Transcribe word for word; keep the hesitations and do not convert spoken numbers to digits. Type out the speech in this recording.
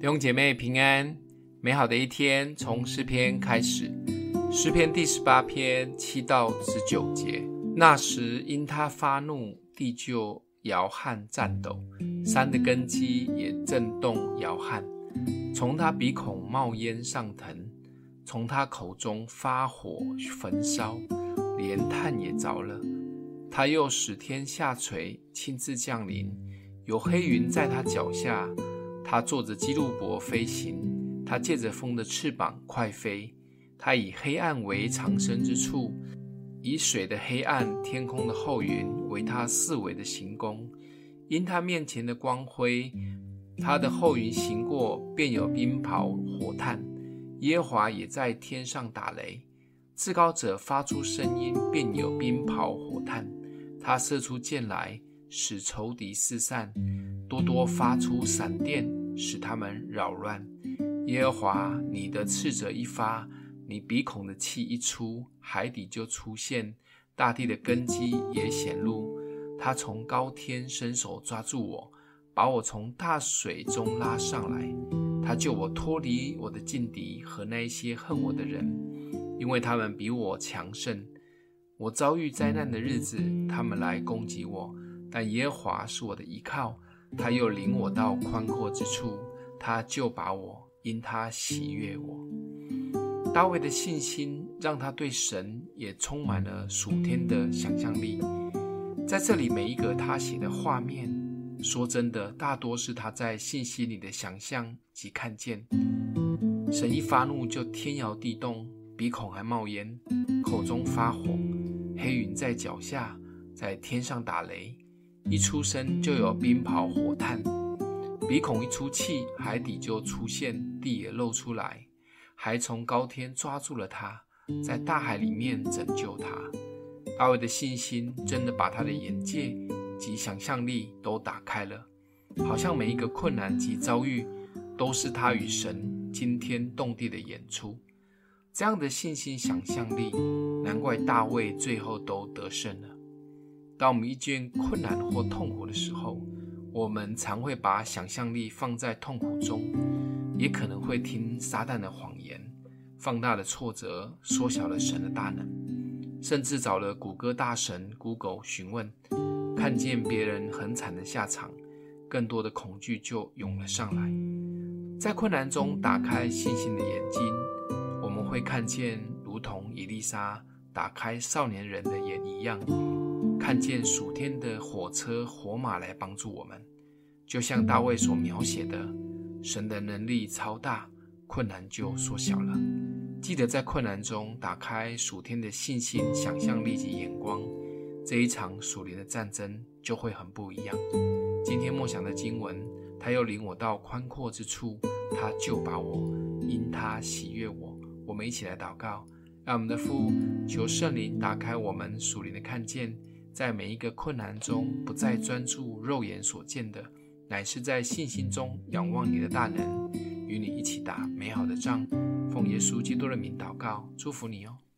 弟兄姐妹平安，美好的一天从诗篇开始。诗篇第十八篇七到十九节，那时因他发怒，地就摇撼颤抖，山的根基也震动摇撼。从他鼻孔冒烟上腾，从他口中发火焚烧，连炭也着了。他又使天下垂，亲自降临，有黑云在他脚下。他坐着基路伯飞行，他借着风的翅膀快飞。他以黑暗为藏身之处，以水的黑暗、天空的厚云为他四围的行宫。因他面前的光辉，他的厚云行过，便有冰雹火炭。耶和华也在天上打雷，至高者发出声音，便有冰雹火炭。他射出箭来，使仇敌四散，多多发出闪电，使他们扰乱。耶和华，你的斥责一发，你鼻孔的气一出，海底就出现，大地的根基也显露。他从高天伸手抓住我，把我从大水中拉上来。他救我脱离我的劲敌和那一些恨我的人，因为他们比我强盛。我遭遇灾难的日子，他们来攻击我，但耶和华是我的依靠，他又领我到宽阔之处，他救拔我，因他喜悦我。大卫的信心让他对神也充满了属天的想象力。在这里每一个他写的画面，说真的，大多是他在信心里的想象及看见。神一发怒就天摇地动，鼻孔还冒烟，口中发火，黑云在脚下，在天上打雷，一出声就有冰雹火炭。鼻孔一出气，海底就出现，地也露出来，还从高天抓住了他，在大海里面拯救他。大卫的信心真的把他的眼界及想象力都打开了，好像每一个困难及遭遇都是他与神惊天动地的演出。这样的信心想象力，难怪大卫最后都得胜了。当我们遇见困难或痛苦的时候，我们常会把想象力放在痛苦中，也可能会听撒旦的谎言，放大了挫折，缩小了神的大能，甚至找了谷歌大神 Google 询问，看见别人很惨的下场，更多的恐惧就涌了上来。在困难中打开信心的眼睛，我们会看见如同以利沙打开少年人的眼一样，看见属天的火车火马来帮助我们。就像大卫所描写的，神的能力超大，困难就缩小了。记得在困难中打开属天的信心、想象力及眼光，这一场属灵的战争就会很不一样。今天默想的经文，他又领我到宽阔之处，他救拔我，因他喜悦我。我们一起来祷告，让我们的父，求圣灵打开我们属灵的看见，在每一个困难中不再专注肉眼所见的，乃是在信心中仰望你的大能，与你一起打美好的仗。奉耶稣基督的名祷告，祝福你哦。